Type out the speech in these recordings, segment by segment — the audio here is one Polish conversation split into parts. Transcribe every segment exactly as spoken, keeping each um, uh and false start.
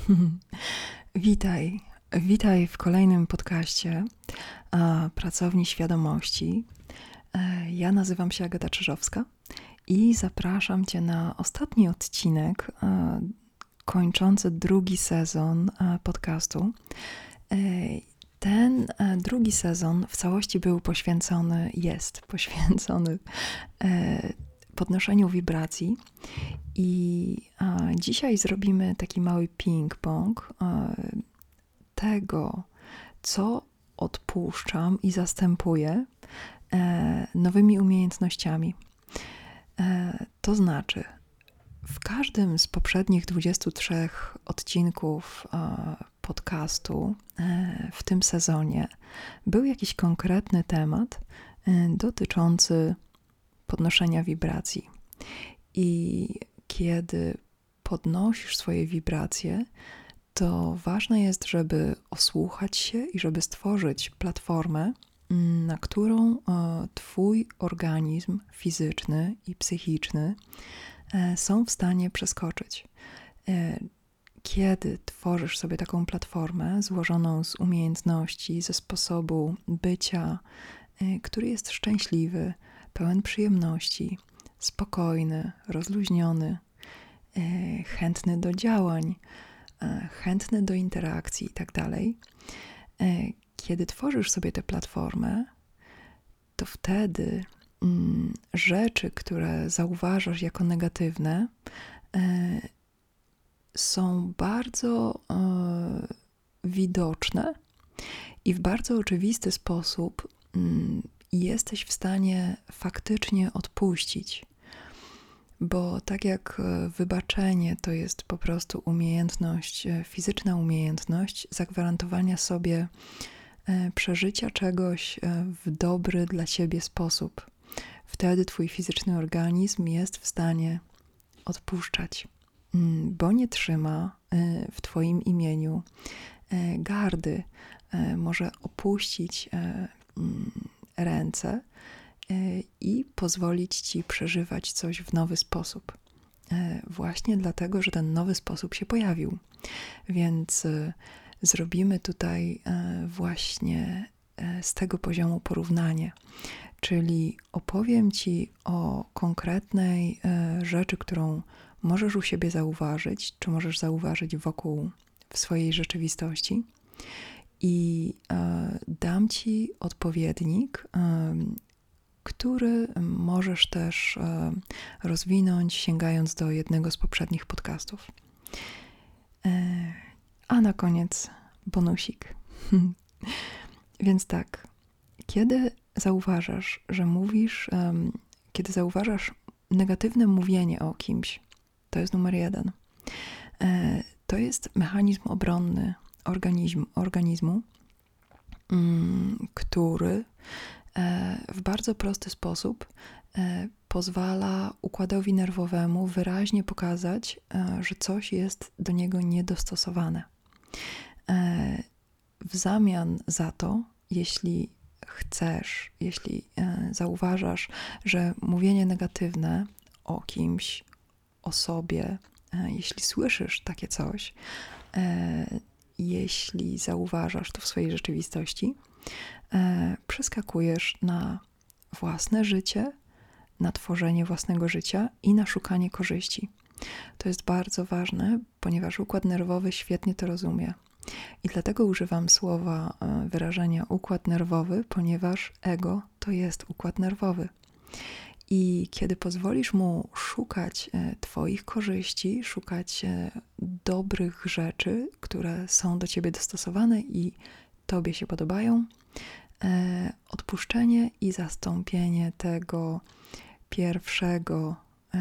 Witaj, witaj w kolejnym podcaście e, Pracowni Świadomości. E, ja nazywam się Agata Czyżowska i zapraszam Cię na ostatni odcinek e, kończący drugi sezon e, podcastu. E, ten e, drugi sezon w całości był poświęcony, jest poświęcony e, podnoszeniu wibracji. I a, dzisiaj zrobimy taki mały ping-pong a, tego, co odpuszczam i zastępuję e, nowymi umiejętnościami. E, to znaczy, w każdym z poprzednich dwudziestu trzech odcinków a, podcastu e, w tym sezonie był jakiś konkretny temat e, dotyczący podnoszenia wibracji. I kiedy podnosisz swoje wibracje, to ważne jest, żeby osłuchać się i żeby stworzyć platformę, na którą Twój organizm fizyczny i psychiczny są w stanie przeskoczyć. Kiedy tworzysz sobie taką platformę złożoną z umiejętności, ze sposobu bycia, który jest szczęśliwy, pełen przyjemności, spokojny, rozluźniony, chętny do działań, chętny do interakcji itd. Kiedy tworzysz sobie tę platformę, to wtedy rzeczy, które zauważasz jako negatywne, są bardzo widoczne i w bardzo oczywisty sposób jesteś w stanie faktycznie odpuścić. Bo tak jak wybaczenie to jest po prostu umiejętność, fizyczna umiejętność zagwarantowania sobie przeżycia czegoś w dobry dla siebie sposób. Wtedy twój fizyczny organizm jest w stanie odpuszczać, bo nie trzyma w twoim imieniu gardy. Może opuścić ręce i pozwolić ci przeżywać coś w nowy sposób. Właśnie dlatego, że ten nowy sposób się pojawił. Więc zrobimy tutaj właśnie z tego poziomu porównanie. Czyli opowiem ci o konkretnej rzeczy, którą możesz u siebie zauważyć, czy możesz zauważyć wokół w swojej rzeczywistości. I dam ci odpowiednik, który możesz też rozwinąć, sięgając do jednego z poprzednich podcastów. A na koniec bonusik. Więc tak, kiedy zauważasz, że mówisz, kiedy zauważasz negatywne mówienie o kimś, to jest numer jeden. To jest mechanizm obronny organizm, organizmu, który w bardzo prosty sposób pozwala układowi nerwowemu wyraźnie pokazać, że coś jest do niego niedostosowane. W zamian za to, jeśli chcesz, jeśli zauważasz, że mówienie negatywne o kimś, o sobie, jeśli słyszysz takie coś, jeśli zauważasz to w swojej rzeczywistości, przeskakujesz na własne życie, na tworzenie własnego życia i na szukanie korzyści. To jest bardzo ważne, ponieważ układ nerwowy świetnie to rozumie. I dlatego używam słowa, wyrażenia układ nerwowy, ponieważ ego to jest układ nerwowy. I kiedy pozwolisz mu szukać twoich korzyści, szukać dobrych rzeczy, które są do ciebie dostosowane i tobie się podobają, odpuszczenie i zastąpienie tego pierwszego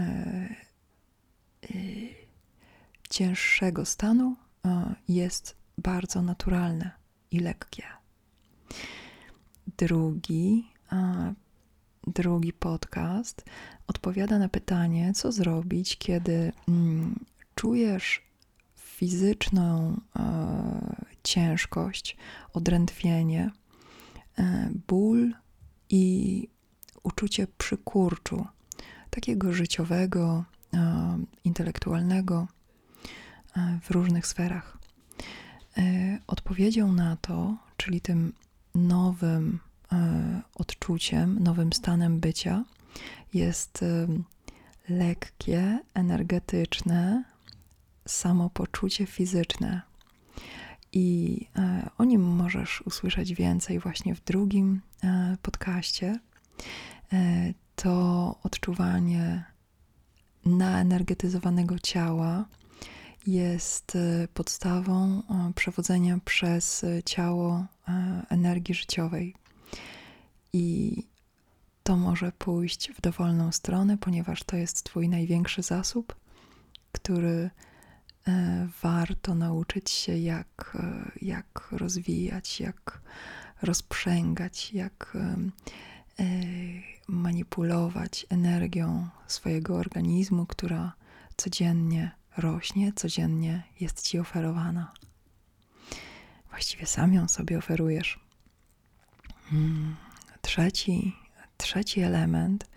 cięższego stanu jest bardzo naturalne i lekkie. Drugi, drugi podcast odpowiada na pytanie, co zrobić, kiedy mm, czujesz fizyczną e, ciężkość, odrętwienie, e, ból i uczucie przykurczu, takiego życiowego, e, intelektualnego e, w różnych sferach. Odpowiedzią na to, czyli tym nowym odczuciem, nowym stanem bycia, jest lekkie, energetyczne samopoczucie fizyczne. I o nim możesz usłyszeć więcej właśnie w drugim podcaście. To odczuwanie naenergetyzowanego ciała jest podstawą przewodzenia przez ciało energii życiowej. I to może pójść w dowolną stronę, ponieważ to jest twój największy zasób, który warto nauczyć się, jak, jak rozwijać, jak rozprzęgać, jak manipulować energią swojego organizmu, która codziennie rośnie, codziennie jest ci oferowana. Właściwie sam ją sobie oferujesz. Trzeci, trzeci element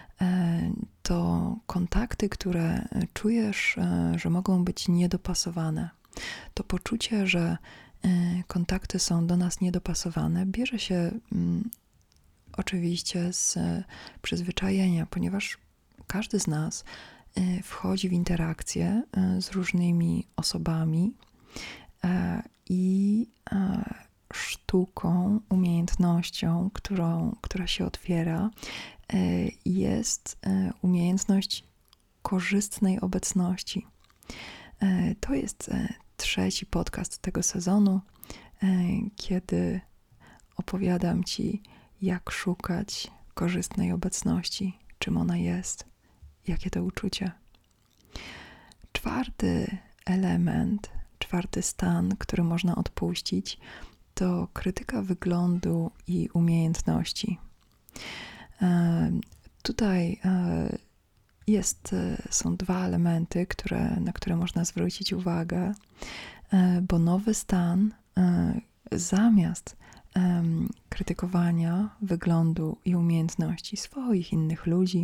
to kontakty, które czujesz, że mogą być niedopasowane. To poczucie, że kontakty są do nas niedopasowane, bierze się oczywiście z przyzwyczajenia, ponieważ każdy z nas wchodzi w interakcje z różnymi osobami i sztuką, umiejętnością, którą, która się otwiera, jest umiejętność korzystnej obecności. To jest trzeci podcast tego sezonu, kiedy opowiadam Ci, jak szukać korzystnej obecności, czym ona jest, jakie to uczucie. Czwarty element, czwarty stan, który można odpuścić, to krytyka wyglądu i umiejętności. Tutaj jest, są dwa elementy, które, na które można zwrócić uwagę, bo nowy stan zamiast krytykowania wyglądu i umiejętności swoich, innych ludzi,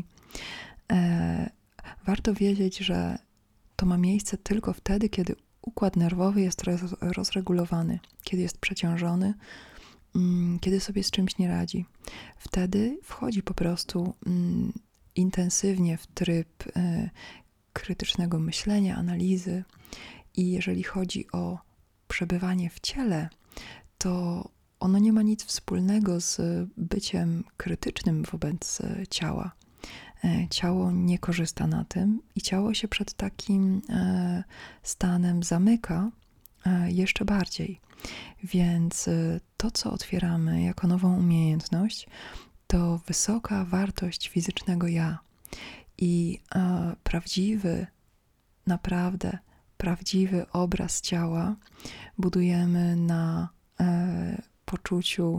warto wiedzieć, że to ma miejsce tylko wtedy, kiedy układ nerwowy jest rozregulowany, kiedy jest przeciążony, kiedy sobie z czymś nie radzi. Wtedy wchodzi po prostu intensywnie w tryb krytycznego myślenia, analizy i jeżeli chodzi o przebywanie w ciele, to ono nie ma nic wspólnego z byciem krytycznym wobec ciała. Ciało nie korzysta na tym i ciało się przed takim stanem zamyka jeszcze bardziej. Więc to, co otwieramy jako nową umiejętność, to wysoka wartość fizycznego ja. I prawdziwy, naprawdę prawdziwy obraz ciała budujemy na poczuciu,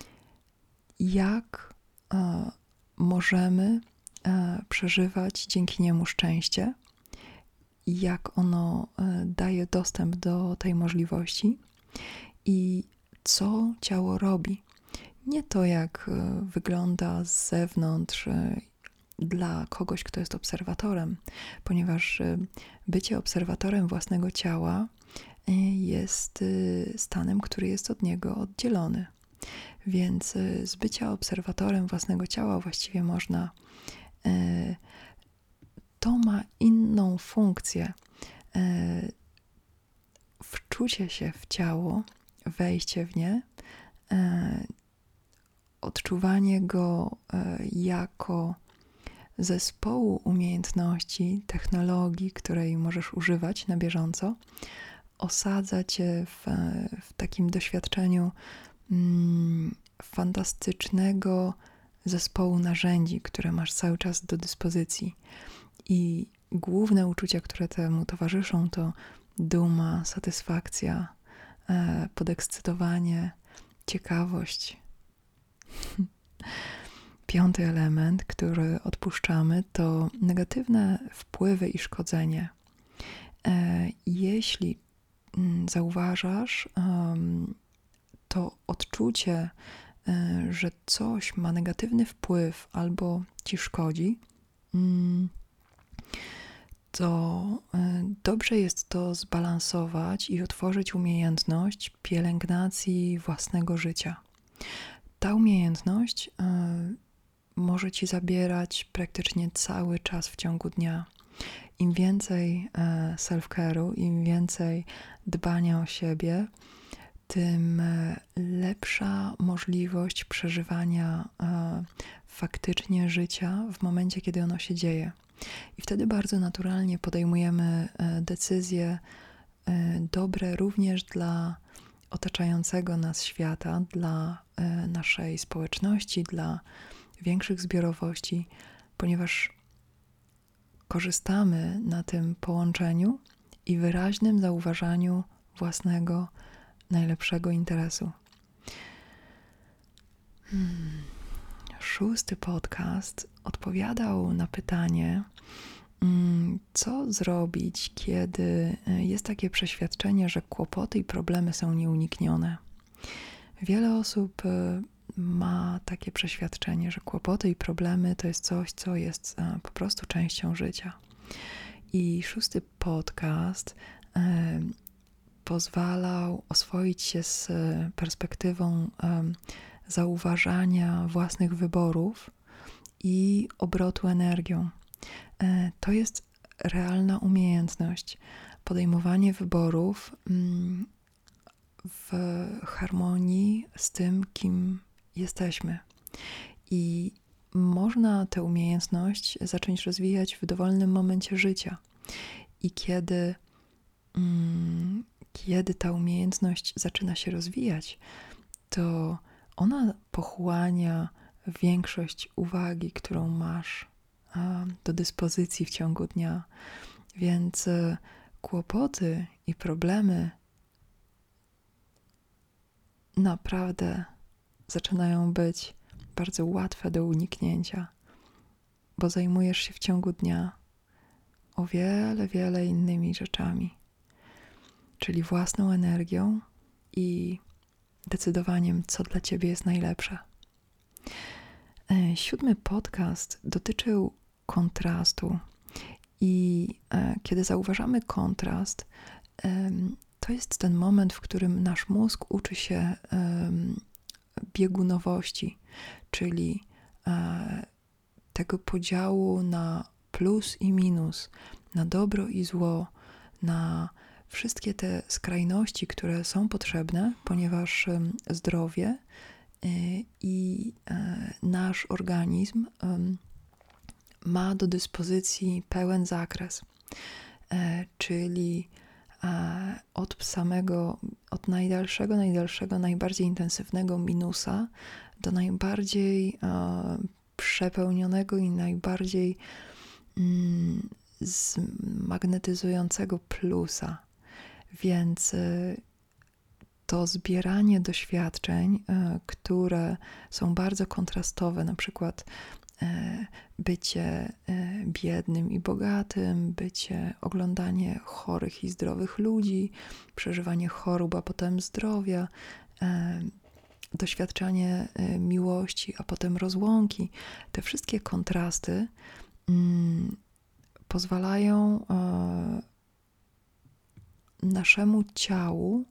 jak możemy przeżywać dzięki niemu szczęście, jak ono daje dostęp do tej możliwości i co ciało robi. Nie to, jak wygląda z zewnątrz dla kogoś, kto jest obserwatorem, ponieważ bycie obserwatorem własnego ciała jest stanem, który jest od niego oddzielony. Więc z bycia obserwatorem własnego ciała właściwie można, to ma inną funkcję. Wczucie się w ciało, wejście w nie, odczuwanie go jako zespołu umiejętności, technologii, której możesz używać na bieżąco, osadza cię w, w takim doświadczeniu mm, fantastycznego zespołu narzędzi, które masz cały czas do dyspozycji. I główne uczucia, które temu towarzyszą, to duma, satysfakcja, e, podekscytowanie, ciekawość. Piąty element, który odpuszczamy, to negatywne wpływy i szkodzenie. E, jeśli mm, zauważasz um, to odczucie, e, że coś ma negatywny wpływ albo ci szkodzi, mm, to y, dobrze jest to zbalansować i otworzyć umiejętność pielęgnacji własnego życia. Ta umiejętność y, może ci zabierać praktycznie cały czas w ciągu dnia. Im więcej y, self-care'u, im więcej dbania o siebie, tym y, lepsza możliwość przeżywania y, faktycznie życia w momencie, kiedy ono się dzieje. I wtedy bardzo naturalnie podejmujemy decyzje dobre również dla otaczającego nas świata, dla naszej społeczności, dla większych zbiorowości, ponieważ korzystamy na tym połączeniu i wyraźnym zauważaniu własnego najlepszego interesu. Hmm. Szósty podcast odpowiadał na pytanie, co zrobić, kiedy jest takie przeświadczenie, że kłopoty i problemy są nieuniknione. Wiele osób ma takie przeświadczenie, że kłopoty i problemy to jest coś, co jest po prostu częścią życia. I szósty podcast pozwalał oswoić się z perspektywą zauważania własnych wyborów i obrotu energią. To jest realna umiejętność, podejmowanie wyborów w harmonii z tym, kim jesteśmy. I można tę umiejętność zacząć rozwijać w dowolnym momencie życia. I kiedy, kiedy ta umiejętność zaczyna się rozwijać, to ona pochłania większość uwagi, którą masz do dyspozycji w ciągu dnia. Więc kłopoty i problemy naprawdę zaczynają być bardzo łatwe do uniknięcia, bo zajmujesz się w ciągu dnia o wiele, wiele innymi rzeczami, czyli własną energią i decydowaniem, co dla ciebie jest najlepsze. Siódmy podcast dotyczył kontrastu i e, kiedy zauważamy kontrast, e, to jest ten moment, w którym nasz mózg uczy się e, biegunowości, czyli e, tego podziału na plus i minus, na dobro i zło, na wszystkie te skrajności, które są potrzebne, ponieważ e, zdrowie i nasz organizm ma do dyspozycji pełen zakres, czyli od samego, od najdalszego, najdalszego, najbardziej intensywnego minusa do najbardziej przepełnionego i najbardziej zmagnetyzującego plusa. Więc to zbieranie doświadczeń, które są bardzo kontrastowe, na przykład bycie biednym i bogatym, bycie, oglądanie chorych i zdrowych ludzi, przeżywanie chorób, a potem zdrowia, doświadczanie miłości, a potem rozłąki. Te wszystkie kontrasty pozwalają naszemu ciału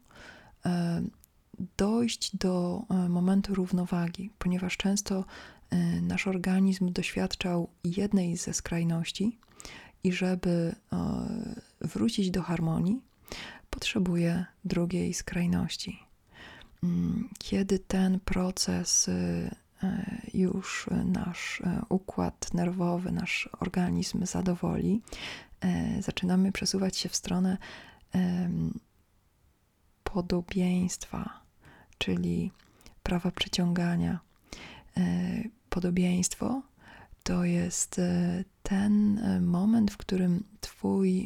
dojść do momentu równowagi, ponieważ często nasz organizm doświadczał jednej ze skrajności i żeby wrócić do harmonii, potrzebuje drugiej skrajności. Kiedy ten proces już nasz układ nerwowy, nasz organizm zadowoli, zaczynamy przesuwać się w stronę podobieństwa, czyli prawa przyciągania. Podobieństwo to jest ten moment, w którym twój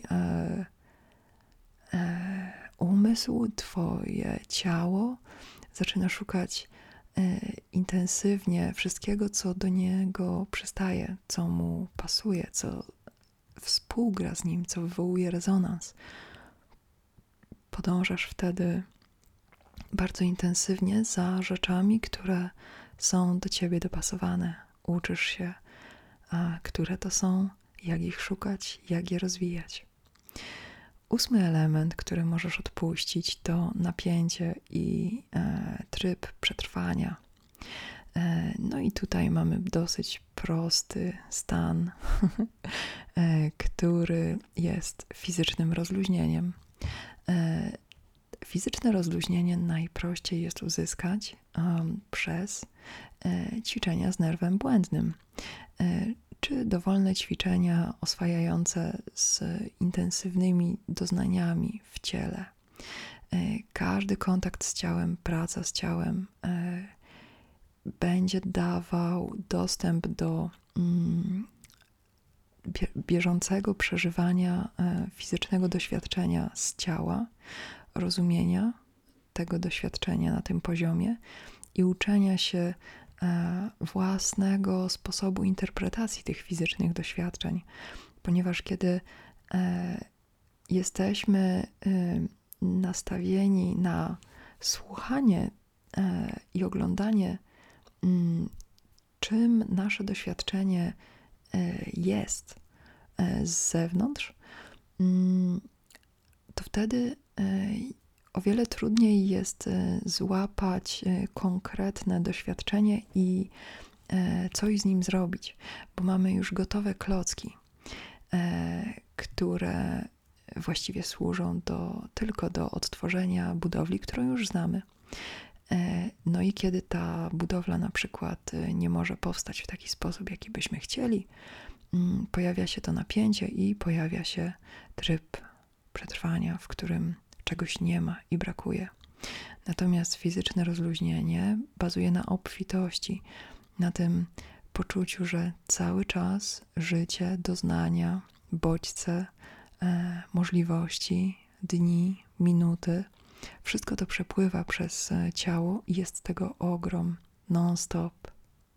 umysł, twoje ciało zaczyna szukać intensywnie wszystkiego, co do niego przystaje, co mu pasuje, co współgra z nim, co wywołuje rezonans. Podążasz wtedy bardzo intensywnie za rzeczami, które są do ciebie dopasowane. Uczysz się, a które to są, jak ich szukać, jak je rozwijać. Ósmy element, który możesz odpuścić, to napięcie i e, tryb przetrwania. E, no i tutaj mamy dosyć prosty stan, e, który jest fizycznym rozluźnieniem. E, fizyczne rozluźnienie najprościej jest uzyskać um, przez e, ćwiczenia z nerwem błędnym, e, czy dowolne ćwiczenia oswajające z intensywnymi doznaniami w ciele. E, każdy kontakt z ciałem, praca z ciałem e, będzie dawał dostęp do mm, bieżącego przeżywania e, fizycznego doświadczenia z ciała, rozumienia tego doświadczenia na tym poziomie i uczenia się e, własnego sposobu interpretacji tych fizycznych doświadczeń, ponieważ kiedy e, jesteśmy e, nastawieni na słuchanie e, i oglądanie, m, czym nasze doświadczenie e, jest e, z zewnątrz, m, to wtedy e, o wiele trudniej jest e, złapać e, konkretne doświadczenie i e, coś z nim zrobić, bo mamy już gotowe klocki, e, które właściwie służą do, tylko do odtworzenia budowli, którą już znamy. E, no i kiedy ta budowla na przykład e, nie może powstać w taki sposób, jaki byśmy chcieli, m, pojawia się to napięcie i pojawia się tryb przetrwania, w którym czegoś nie ma i brakuje. Natomiast fizyczne rozluźnienie bazuje na obfitości, na tym poczuciu, że cały czas życie, doznania, bodźce, e, możliwości, dni, minuty, wszystko to przepływa przez ciało i jest tego ogrom, non-stop.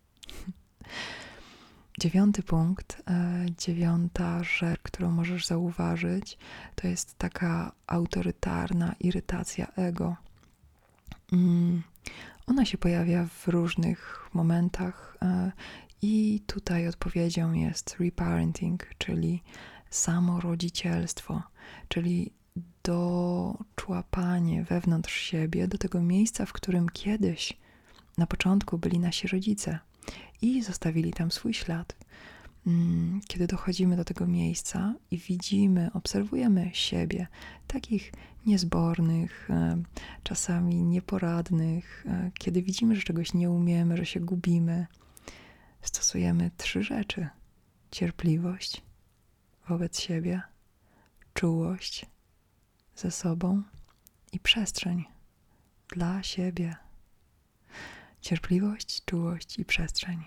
Dziewiąty punkt, e, dziewiąta rzecz, którą możesz zauważyć, to jest taka autorytarna irytacja ego. Mm, ona się pojawia w różnych momentach e, i tutaj odpowiedzią jest reparenting, czyli samorodzicielstwo, czyli doczłapanie wewnątrz siebie do tego miejsca, w którym kiedyś na początku byli nasi rodzice i zostawili tam swój ślad. Kiedy dochodzimy do tego miejsca i widzimy, obserwujemy siebie, takich niezbornych, czasami nieporadnych, kiedy widzimy, że czegoś nie umiemy, że się gubimy, stosujemy trzy rzeczy: cierpliwość wobec siebie, czułość ze sobą i przestrzeń dla siebie. Cierpliwość, czułość i przestrzeń.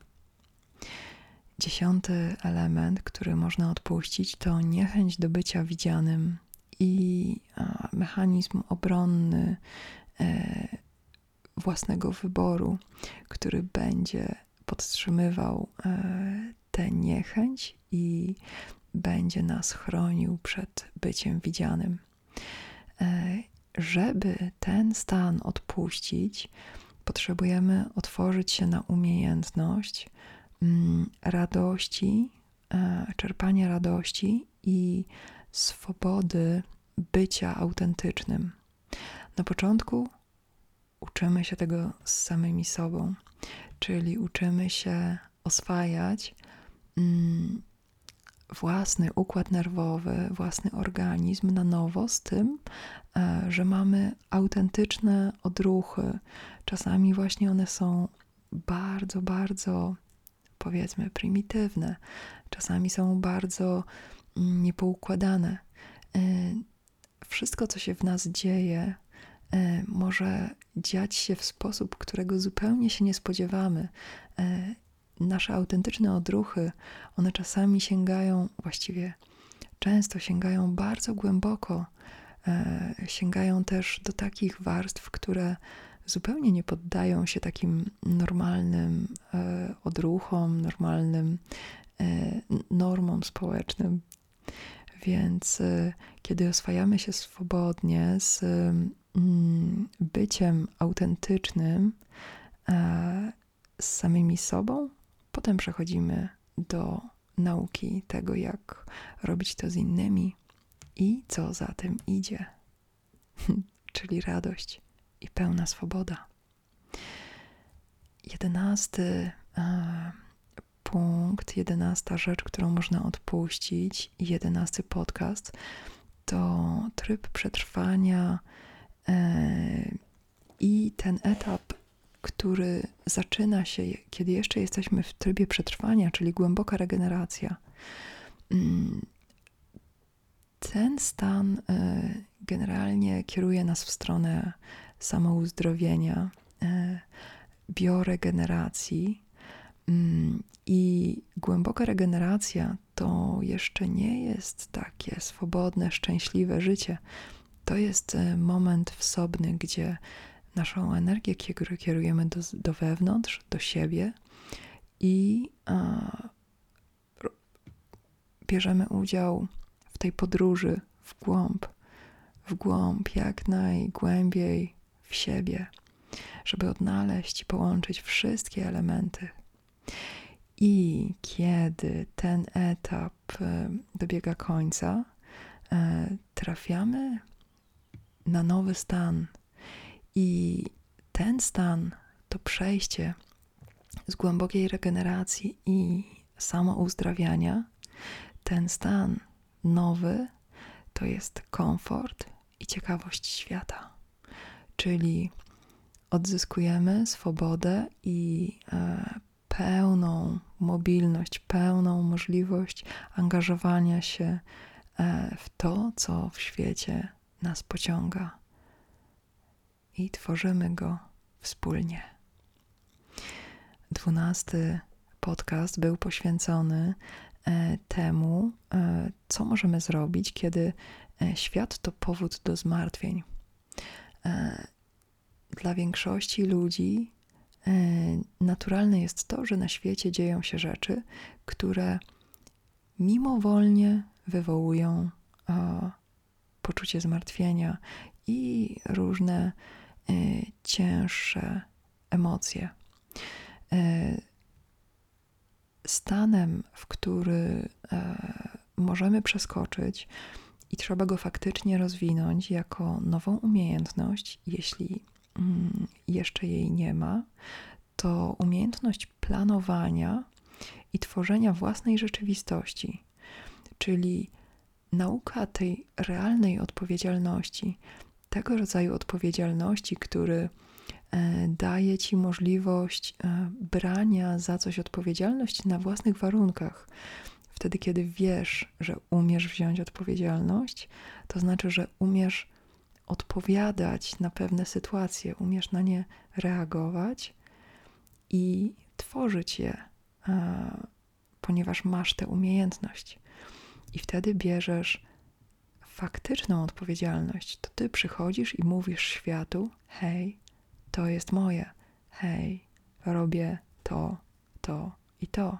Dziesiąty element, który można odpuścić, to niechęć do bycia widzianym i a, mechanizm obronny e, własnego wyboru, który będzie podtrzymywał e, tę niechęć i będzie nas chronił przed byciem widzianym. E, żeby ten stan odpuścić, potrzebujemy otworzyć się na umiejętność mm, radości, e, czerpania radości i swobody bycia autentycznym. Na początku uczymy się tego z samymi sobą, czyli uczymy się oswajać mm, własny układ nerwowy, własny organizm na nowo z tym, że mamy autentyczne odruchy. Czasami właśnie one są bardzo, bardzo, powiedzmy, prymitywne. Czasami są bardzo niepoukładane. Wszystko, co się w nas dzieje, może dziać się w sposób, którego zupełnie się nie spodziewamy. Nasze autentyczne odruchy, one czasami sięgają, właściwie często sięgają bardzo głęboko, e, sięgają też do takich warstw, które zupełnie nie poddają się takim normalnym e, odruchom, normalnym e, normom społecznym. Więc e, kiedy oswajamy się swobodnie z mm, byciem autentycznym, e, z samymi sobą, potem przechodzimy do nauki tego, jak robić to z innymi i co za tym idzie, czyli radość i pełna swoboda. Jedenasty e, punkt, jedenasta rzecz, którą można odpuścić i jedenasty podcast to tryb przetrwania e, i ten etap, który zaczyna się, kiedy jeszcze jesteśmy w trybie przetrwania, czyli głęboka regeneracja. Ten stan generalnie kieruje nas w stronę samouzdrowienia, bioregeneracji i głęboka regeneracja to jeszcze nie jest takie swobodne, szczęśliwe życie. To jest moment wsobny, gdzie naszą energię kierujemy do, do wewnątrz, do siebie i a, bierzemy udział w tej podróży w głąb, w głąb, jak najgłębiej w siebie, żeby odnaleźć i połączyć wszystkie elementy. I kiedy ten etap dobiega końca, trafiamy na nowy stan. I ten stan to przejście z głębokiej regeneracji i samouzdrawiania. Ten stan nowy to jest komfort i ciekawość świata. Czyli odzyskujemy swobodę i e, pełną mobilność, pełną możliwość angażowania się e, w to, co w świecie nas pociąga. I tworzymy go wspólnie. Dwunasty podcast był poświęcony e, temu, e, co możemy zrobić, kiedy e, świat to powód do zmartwień. E, dla większości ludzi e, naturalne jest to, że na świecie dzieją się rzeczy, które mimowolnie wywołują e, poczucie zmartwienia i różne y, cięższe emocje. Y, stanem, w który y, możemy przeskoczyć i trzeba go faktycznie rozwinąć jako nową umiejętność, jeśli y, jeszcze jej nie ma, to umiejętność planowania i tworzenia własnej rzeczywistości, czyli nauka tej realnej odpowiedzialności, tego rodzaju odpowiedzialności, który e, daje ci możliwość e, brania za coś odpowiedzialność na własnych warunkach. Wtedy, kiedy wiesz, że umiesz wziąć odpowiedzialność, to znaczy, że umiesz odpowiadać na pewne sytuacje, umiesz na nie reagować i tworzyć je, e, ponieważ masz tę umiejętność. I wtedy bierzesz faktyczną odpowiedzialność. To ty przychodzisz i mówisz światu: hej, to jest moje. Hej, robię to, to i to.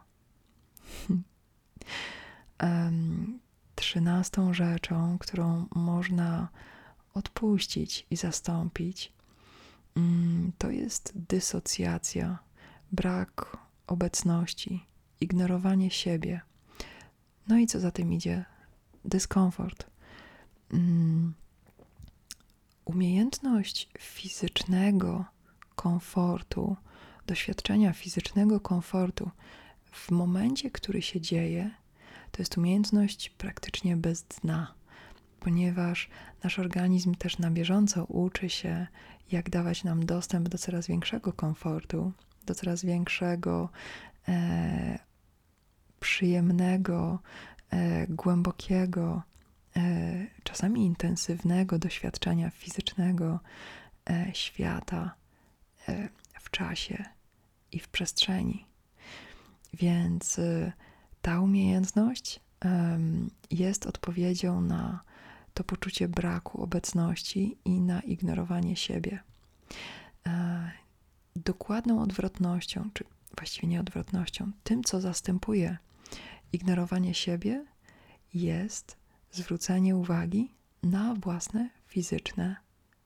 um, trzynastą rzeczą, którą można odpuścić i zastąpić, um, to jest dysocjacja, brak obecności, ignorowanie siebie. No i co za tym idzie? Dyskomfort. Um, umiejętność fizycznego komfortu, doświadczenia fizycznego komfortu w momencie, który się dzieje, to jest umiejętność praktycznie bez dna, ponieważ nasz organizm też na bieżąco uczy się, jak dawać nam dostęp do coraz większego komfortu, do coraz większego e, przyjemnego, e, głębokiego, e, czasami intensywnego doświadczenia fizycznego e, świata e, w czasie i w przestrzeni. Więc e, ta umiejętność e, jest odpowiedzią na to poczucie braku obecności i na ignorowanie siebie. E, dokładną odwrotnością, czy właściwie nie odwrotnością, tym, co zastępuje ignorowanie siebie, jest zwrócenie uwagi na własne fizyczne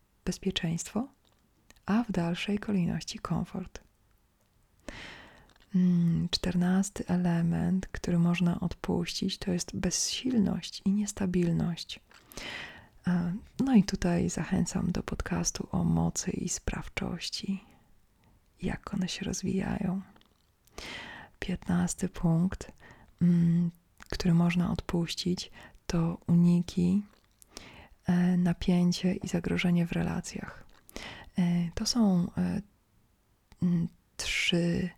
bezpieczeństwo, a w dalszej kolejności komfort. Czternasty element, który można odpuścić, to jest bezsilność i niestabilność. No i tutaj zachęcam do podcastu o mocy i sprawczości, jak one się rozwijają. Piętnasty punkt, który można odpuścić, to uniki, napięcie i zagrożenie w relacjach. To są trzy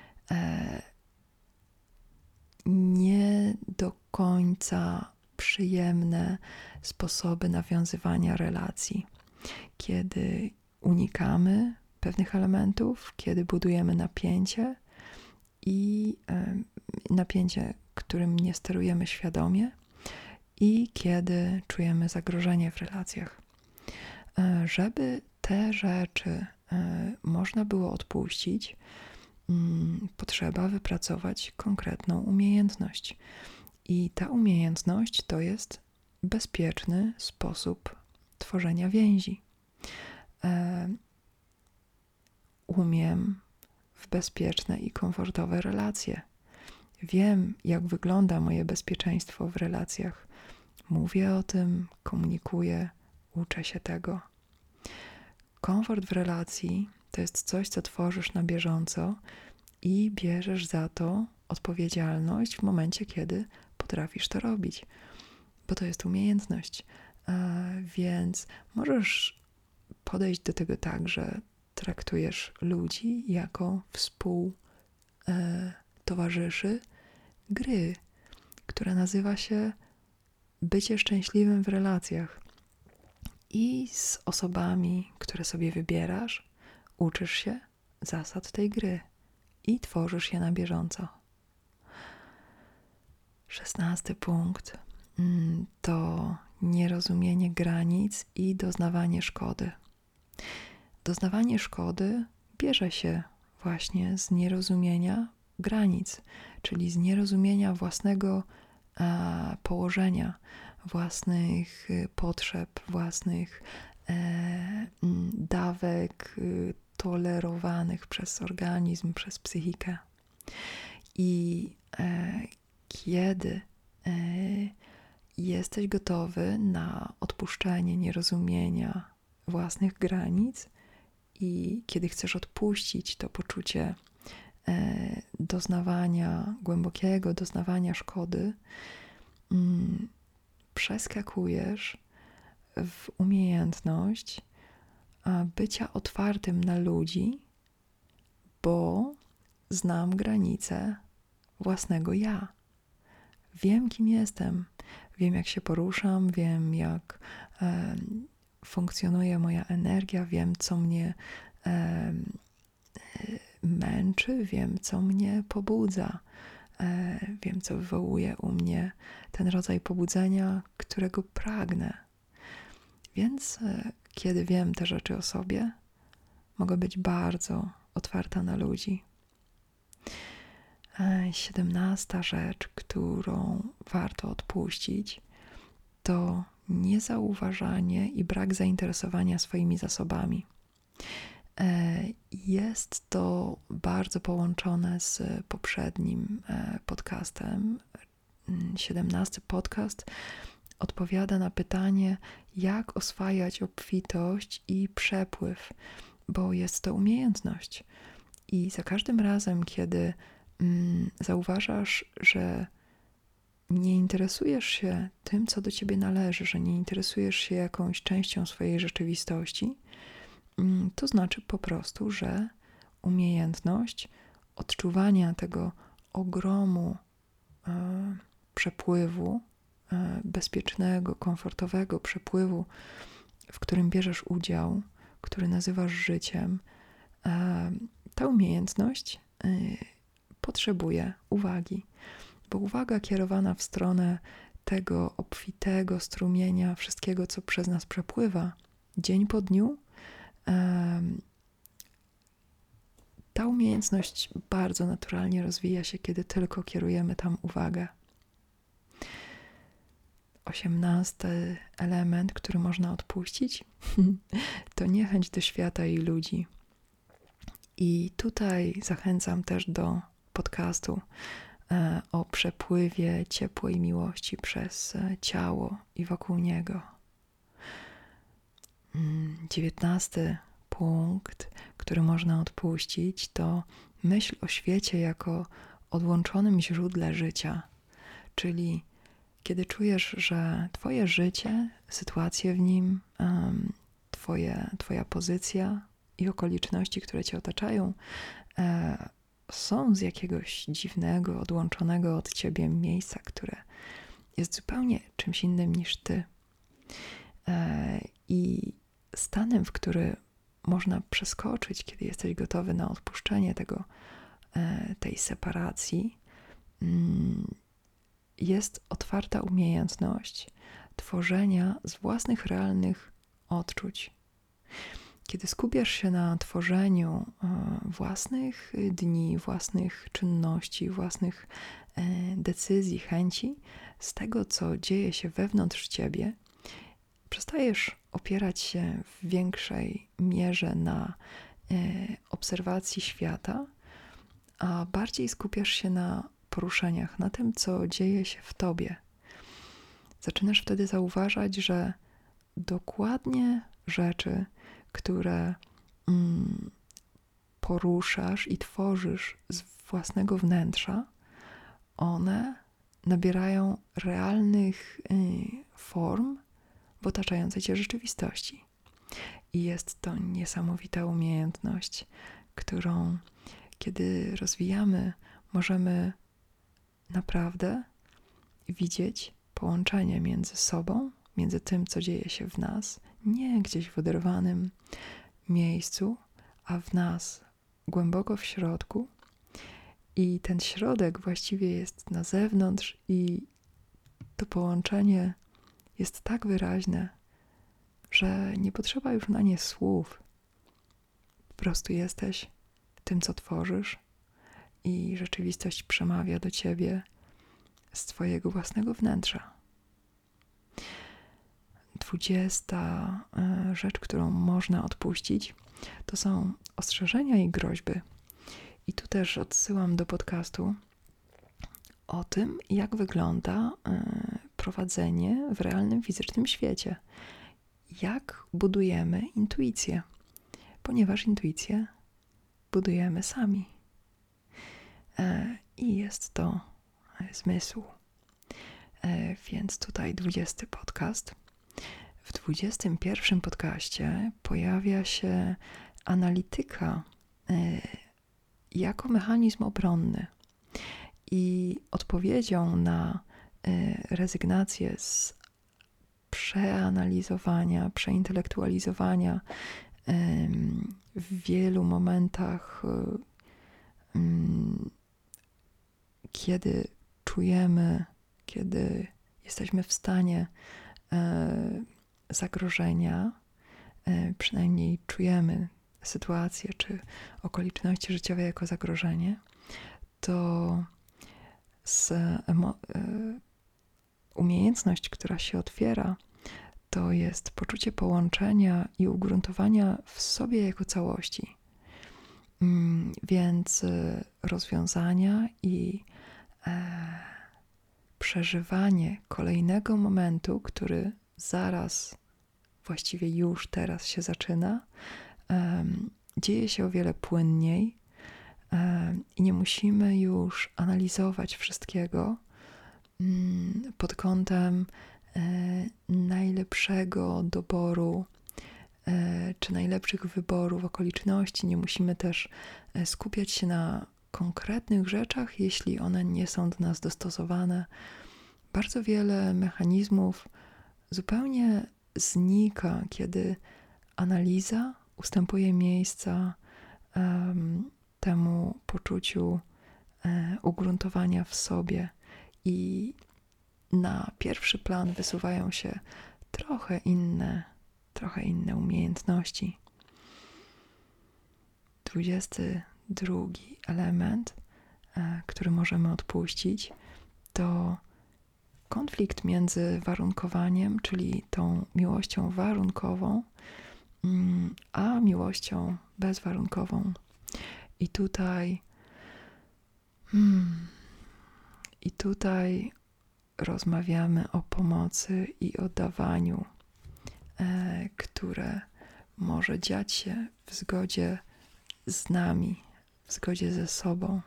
nie do końca przyjemne sposoby nawiązywania relacji, kiedy unikamy pewnych elementów, kiedy budujemy napięcie i napięcie, którym nie sterujemy świadomie, i kiedy czujemy zagrożenie w relacjach. Żeby te rzeczy można było odpuścić, potrzeba wypracować konkretną umiejętność. I ta umiejętność to jest bezpieczny sposób tworzenia więzi. Umiem w bezpieczne i komfortowe relacje. Wiem, jak wygląda moje bezpieczeństwo w relacjach. Mówię o tym, komunikuję, uczę się tego. Komfort w relacji to jest coś, co tworzysz na bieżąco i bierzesz za to odpowiedzialność w momencie, kiedy potrafisz to robić, bo to jest umiejętność. Więc możesz podejść do tego tak, że traktujesz ludzi jako współtowarzyszy gry, która nazywa się bycie szczęśliwym w relacjach. I z osobami, które sobie wybierasz, uczysz się zasad tej gry i tworzysz je na bieżąco. Szesnasty punkt to nierozumienie granic i doznawanie szkody. Doznawanie szkody bierze się właśnie z nierozumienia granic, czyli z nierozumienia własnego a, położenia, własnych potrzeb, własnych e, dawek y, tolerowanych przez organizm, przez psychikę. I e, kiedy e, jesteś gotowy na odpuszczenie nierozumienia własnych granic i kiedy chcesz odpuścić to poczucie e, doznawania, głębokiego doznawania szkody, mm, przeskakujesz w umiejętność bycia otwartym na ludzi, bo znam granice własnego ja. Wiem, kim jestem, wiem, jak się poruszam, wiem, jak e, funkcjonuje moja energia, wiem, co mnie e, męczy, wiem, co mnie pobudza. Wiem, co wywołuje u mnie ten rodzaj pobudzenia, którego pragnę. Więc kiedy wiem te rzeczy o sobie, mogę być bardzo otwarta na ludzi. Siedemnasta rzecz, którą warto odpuścić, to niezauważanie i brak zainteresowania swoimi zasobami. Jest to bardzo połączone z poprzednim podcastem. siedemnasty podcast odpowiada na pytanie, jak oswajać obfitość i przepływ, bo jest to umiejętność. I za każdym razem, kiedy mm, zauważasz, że nie interesujesz się tym, co do ciebie należy, że nie interesujesz się jakąś częścią swojej rzeczywistości, to znaczy po prostu, że umiejętność odczuwania tego ogromu e, przepływu, e, bezpiecznego, komfortowego przepływu, w którym bierzesz udział, który nazywasz życiem, e, ta umiejętność e, potrzebuje uwagi, bo uwaga kierowana w stronę tego obfitego strumienia wszystkiego, co przez nas przepływa, dzień po dniu, ta umiejętność bardzo naturalnie rozwija się, kiedy tylko kierujemy tam uwagę. Osiemnasty element, który można odpuścić, to niechęć do świata i ludzi. I tutaj zachęcam też do podcastu e, o przepływie ciepłej miłości przez e, ciało i wokół niego. Dziewiętnasty punkt, który można odpuścić, to myśl o świecie jako odłączonym źródle życia, czyli kiedy czujesz, że twoje życie, sytuacje w nim, um, twoje, twoja pozycja i okoliczności, które cię otaczają, e, są z jakiegoś dziwnego, odłączonego od ciebie miejsca, które jest zupełnie czymś innym niż ty. E, I stanem, w który można przeskoczyć, kiedy jesteś gotowy na odpuszczenie tego, e, tej separacji, mm, jest otwarta umiejętność tworzenia z własnych realnych odczuć. Kiedy skupiasz się na tworzeniu własnych dni, własnych czynności, własnych decyzji, chęci, z tego, co dzieje się wewnątrz ciebie, przestajesz opierać się w większej mierze na obserwacji świata, a bardziej skupiasz się na poruszeniach, na tym, co dzieje się w tobie. Zaczynasz wtedy zauważać, że dokładnie rzeczy, które mm, poruszasz i tworzysz z własnego wnętrza, one nabierają realnych y, form w otaczającej cię rzeczywistości. I jest to niesamowita umiejętność, którą kiedy rozwijamy, możemy naprawdę widzieć połączenie między sobą, między tym, co dzieje się w nas, nie gdzieś w oderwanym miejscu, a w nas, głęboko w środku. I ten środek właściwie jest na zewnątrz i to połączenie jest tak wyraźne, że nie potrzeba już na nie słów. Po prostu jesteś tym, co tworzysz i rzeczywistość przemawia do ciebie z twojego własnego wnętrza. Dwudziesta rzecz, którą można odpuścić, to są ostrzeżenia i groźby. I tu też odsyłam do podcastu o tym, jak wygląda prowadzenie w realnym, fizycznym świecie. Jak budujemy intuicję, ponieważ intuicję budujemy sami. I jest to zmysł. Więc tutaj dwudziesty podcast. W dwudziestym pierwszym podcaście pojawia się analityka jako mechanizm obronny. I odpowiedzią na rezygnację z przeanalizowania, przeintelektualizowania w wielu momentach, kiedy czujemy, kiedy jesteśmy w stanie zagrożenia, przynajmniej czujemy sytuację czy okoliczności życiowe jako zagrożenie, to z emo- umiejętność, która się otwiera, to jest poczucie połączenia i ugruntowania w sobie jako całości. Więc rozwiązania i e, przeżywanie kolejnego momentu, który zaraz, właściwie już teraz się zaczyna, e, dzieje się o wiele płynniej e, i nie musimy już analizować wszystkiego mm, pod kątem e, najlepszego doboru czy najlepszych wyborów, okoliczności. Nie musimy też skupiać się na konkretnych rzeczach, jeśli one nie są do nas dostosowane. Bardzo wiele mechanizmów zupełnie znika, kiedy analiza ustępuje miejsca um, temu poczuciu um, ugruntowania w sobie i na pierwszy plan wysuwają się trochę inne trochę inne umiejętności. Dwudziesty drugi element, który możemy odpuścić, to konflikt między warunkowaniem, czyli tą miłością warunkową, a miłością bezwarunkową. I tutaj Hmm. I tutaj rozmawiamy o pomocy i o dawaniu, e, które może dziać się w zgodzie z nami, w zgodzie ze sobą.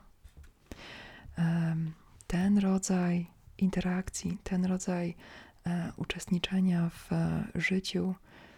E, ten rodzaj interakcji, ten rodzaj e, uczestniczenia w e, życiu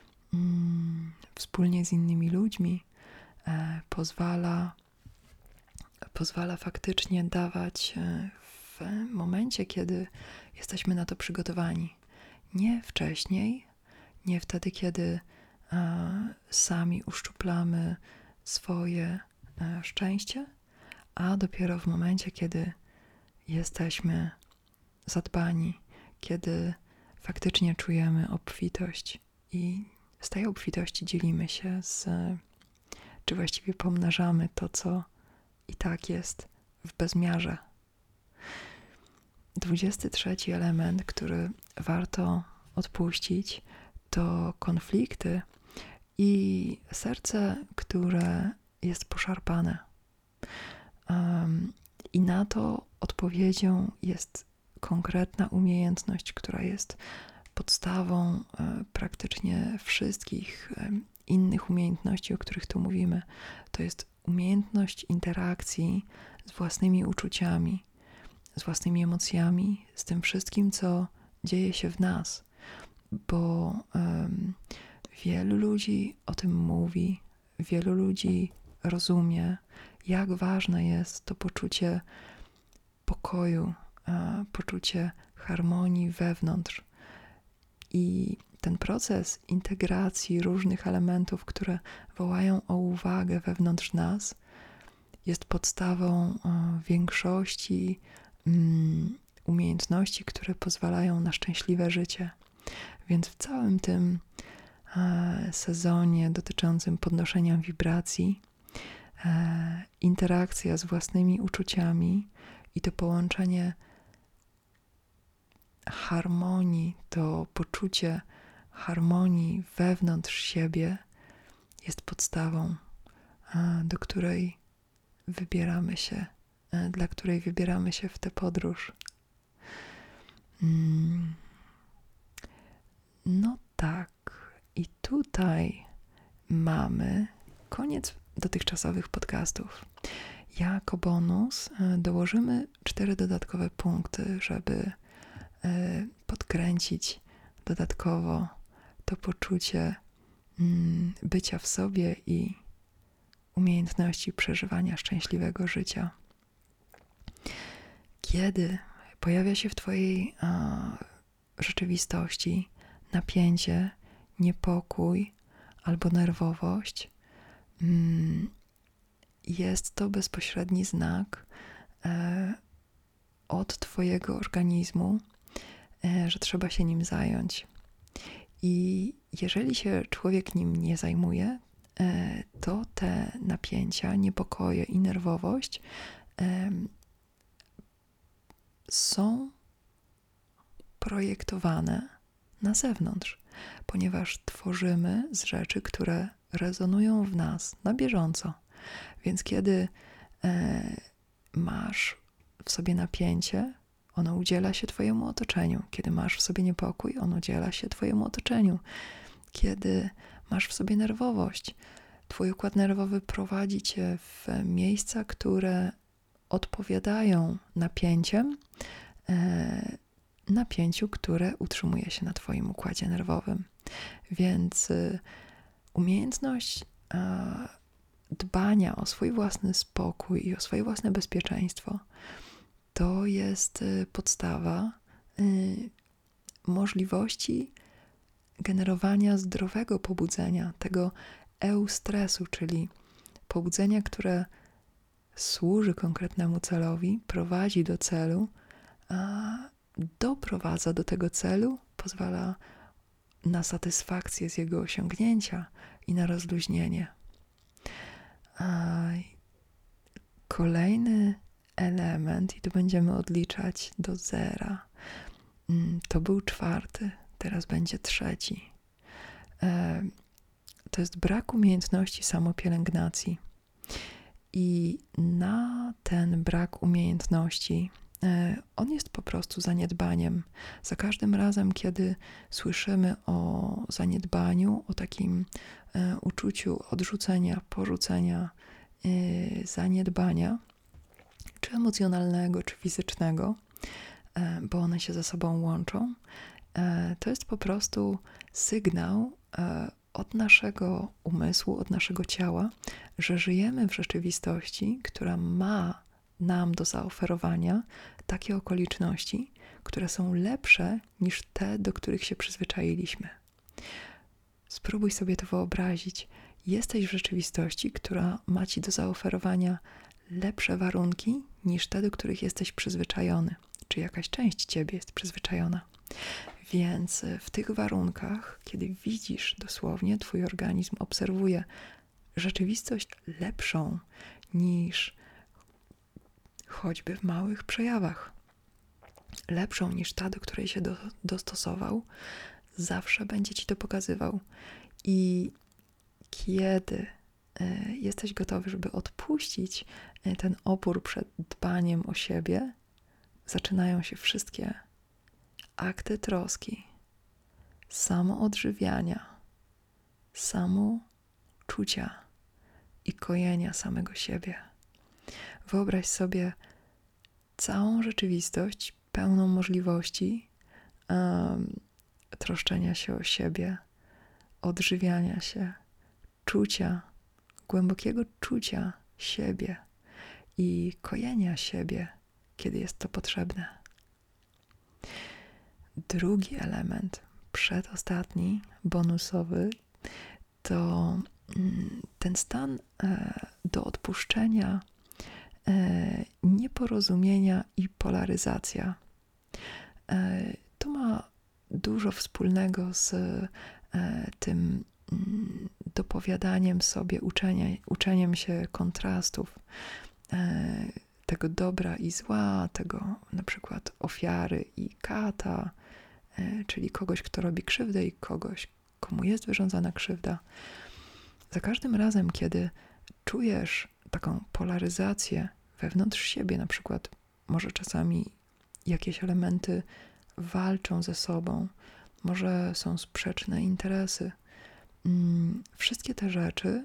mm, wspólnie z innymi ludźmi e, pozwala, pozwala faktycznie dawać e, w momencie, kiedy jesteśmy na to przygotowani. Nie wcześniej, nie wtedy, kiedy e, sami uszczuplamy swoje e, szczęście, a dopiero w momencie, kiedy jesteśmy zadbani, kiedy faktycznie czujemy obfitość i z tej obfitości dzielimy się z, czy właściwie pomnażamy to, co i tak jest w bezmiarze. Dwudziesty trzeci element, który warto odpuścić, to konflikty i serce, które jest poszarpane. Um, I na to odpowiedzią jest konkretna umiejętność, która jest podstawą e, praktycznie wszystkich e, innych umiejętności, o których tu mówimy. To jest umiejętność interakcji z własnymi uczuciami, z własnymi emocjami, z tym wszystkim, co dzieje się w nas, bo um, wielu ludzi o tym mówi, wielu ludzi rozumie, jak ważne jest to poczucie pokoju, e, poczucie harmonii wewnątrz. I ten proces integracji różnych elementów, które wołają o uwagę wewnątrz nas, jest podstawą e, większości mm, umiejętności, które pozwalają na szczęśliwe życie. Więc w całym tym e, sezonie dotyczącym podnoszenia wibracji, e, interakcja z własnymi uczuciami i to połączenie harmonii, to poczucie harmonii wewnątrz siebie jest podstawą, e, do której wybieramy się, e, dla której wybieramy się w tę podróż. Mm. No tak, i tutaj mamy koniec dotychczasowych podcastów. Jako bonus e, dołożymy cztery dodatkowe punkty, żeby e, podkręcić dodatkowo to poczucie mm, bycia w sobie i umiejętności przeżywania szczęśliwego życia. Kiedy pojawia się w twojej a, rzeczywistości napięcie, niepokój albo nerwowość, mm, jest to bezpośredni znak e, od twojego organizmu, e, że trzeba się nim zająć. I jeżeli się człowiek nim nie zajmuje, e, to te napięcia, niepokoje i nerwowość e, są projektowane na zewnątrz, ponieważ tworzymy z rzeczy, które rezonują w nas na bieżąco. Więc kiedy e, masz w sobie napięcie, ono udziela się twojemu otoczeniu. Kiedy masz w sobie niepokój, ono udziela się twojemu otoczeniu. Kiedy masz w sobie nerwowość, twój układ nerwowy prowadzi cię w miejsca, które odpowiadają napięciem, e, napięciu, które utrzymuje się na twoim układzie nerwowym. Więc y, umiejętność e, dbania o swój własny spokój i o swoje własne bezpieczeństwo to jest y, podstawa y, możliwości generowania zdrowego pobudzenia, tego eustresu, czyli pobudzenia, które służy konkretnemu celowi, prowadzi do celu, a doprowadza do tego celu, pozwala na satysfakcję z jego osiągnięcia i na rozluźnienie. A kolejny element, i tu będziemy odliczać do zera, to był czwarty, teraz będzie trzeci. To jest brak umiejętności samopielęgnacji. I na ten brak umiejętności on jest po prostu zaniedbaniem. Za każdym razem, kiedy słyszymy o zaniedbaniu, o takim uczuciu odrzucenia, porzucenia, zaniedbania, czy emocjonalnego, czy fizycznego, bo one się ze sobą łączą, to jest po prostu sygnał od naszego umysłu, od naszego ciała, że żyjemy w rzeczywistości, która ma nam do zaoferowania takie okoliczności, które są lepsze niż te, do których się przyzwyczailiśmy. Spróbuj sobie to wyobrazić. Jesteś w rzeczywistości, która ma ci do zaoferowania lepsze warunki niż te, do których jesteś przyzwyczajony, czy jakaś część ciebie jest przyzwyczajona. Więc w tych warunkach, kiedy widzisz dosłownie, twój organizm obserwuje rzeczywistość lepszą niż choćby w małych przejawach, lepszą niż ta, do której się do, dostosował, zawsze będzie ci to pokazywał. I kiedy y, jesteś gotowy, żeby odpuścić y, ten opór przed dbaniem o siebie, zaczynają się wszystkie akty troski, samoodżywiania, samoczucia i kojenia samego siebie. Wyobraź sobie całą rzeczywistość pełną możliwości um, troszczenia się o siebie, odżywiania się, czucia, głębokiego czucia siebie i kojenia siebie, kiedy jest to potrzebne. Drugi element, przedostatni, bonusowy, to ten stan do odpuszczenia, nieporozumienia i polaryzacja. To ma dużo wspólnego z tym dopowiadaniem sobie, uczenie, uczeniem się kontrastów, tego dobra i zła, tego na przykład ofiary i kata, czyli kogoś, kto robi krzywdę i kogoś, komu jest wyrządzana krzywda. Za każdym razem, kiedy czujesz taką polaryzację wewnątrz siebie, na przykład może czasami jakieś elementy walczą ze sobą, może są sprzeczne interesy. Wszystkie te rzeczy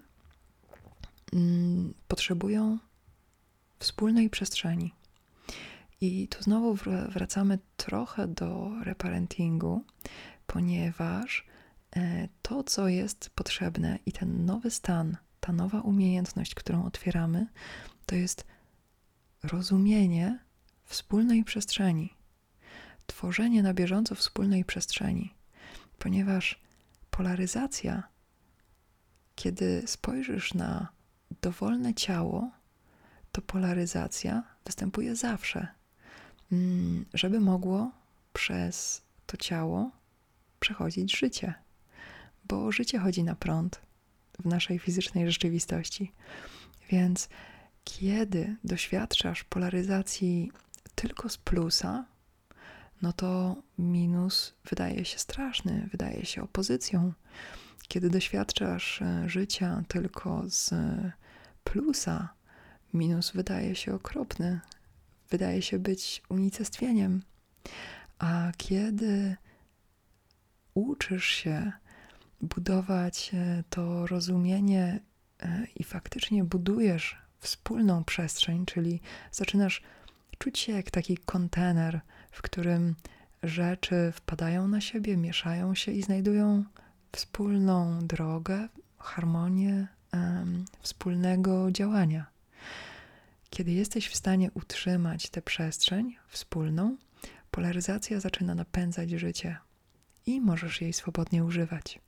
potrzebują wspólnej przestrzeni. I tu znowu wracamy trochę do reparentingu, ponieważ to, co jest potrzebne i ten nowy stan, ta nowa umiejętność, którą otwieramy, to jest rozumienie wspólnej przestrzeni, tworzenie na bieżąco wspólnej przestrzeni, ponieważ polaryzacja, kiedy spojrzysz na dowolne ciało, to polaryzacja występuje zawsze, żeby mogło przez to ciało przechodzić życie, bo życie chodzi na prąd w naszej fizycznej rzeczywistości. Więc kiedy doświadczasz polaryzacji tylko z plusa, no to minus wydaje się straszny, wydaje się opozycją. Kiedy doświadczasz życia tylko z plusa, minus wydaje się okropny, wydaje się być unicestwieniem. A kiedy uczysz się budować to rozumienie i faktycznie budujesz wspólną przestrzeń, czyli zaczynasz czuć się jak taki kontener, w którym rzeczy wpadają na siebie, mieszają się i znajdują wspólną drogę, harmonię um, wspólnego działania. Kiedy jesteś w stanie utrzymać tę przestrzeń wspólną, polaryzacja zaczyna napędzać życie i możesz jej swobodnie używać.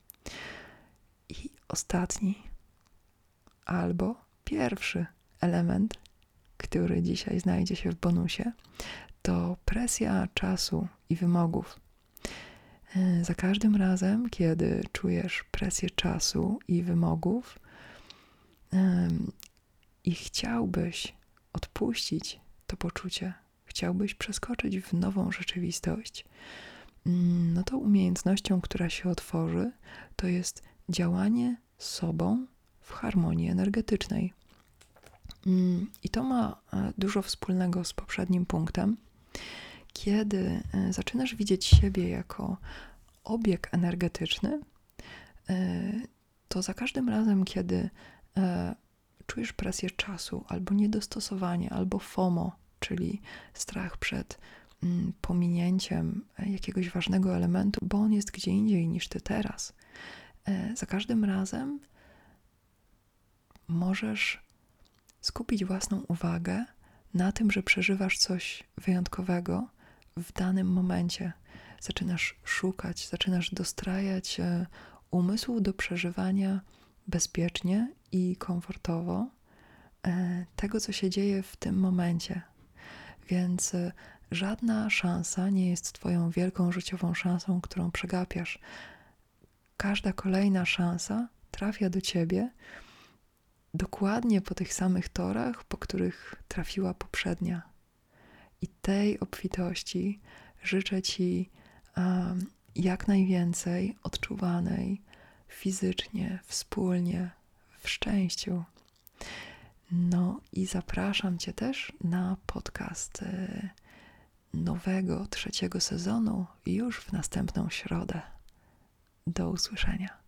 I ostatni, albo pierwszy element, który dzisiaj znajdzie się w bonusie, to presja czasu i wymogów. Za każdym razem, kiedy czujesz presję czasu i wymogów um, i chciałbyś odpuścić to poczucie, chciałbyś przeskoczyć w nową rzeczywistość, no to umiejętnością, która się otworzy, to jest działanie z sobą w harmonii energetycznej. Mm, I to ma e, dużo wspólnego z poprzednim punktem. Kiedy e, zaczynasz widzieć siebie jako obieg energetyczny, e, to za każdym razem, kiedy e, czujesz presję czasu, albo niedostosowanie, albo FOMO, czyli strach przed mm, pominięciem jakiegoś ważnego elementu, bo on jest gdzie indziej niż ty teraz, e, za każdym razem możesz skupić własną uwagę na tym, że przeżywasz coś wyjątkowego w danym momencie. Zaczynasz szukać, zaczynasz dostrajać e, umysł do przeżywania bezpiecznie i komfortowo e, tego, co się dzieje w tym momencie. Więc e, żadna szansa nie jest twoją wielką życiową szansą, którą przegapiasz. Każda kolejna szansa trafia do ciebie dokładnie po tych samych torach, po których trafiła poprzednia. I tej obfitości życzę ci um, jak najwięcej odczuwanej fizycznie, wspólnie, w szczęściu. No i zapraszam cię też na podcast y, nowego, trzeciego sezonu już w następną środę. Do usłyszenia.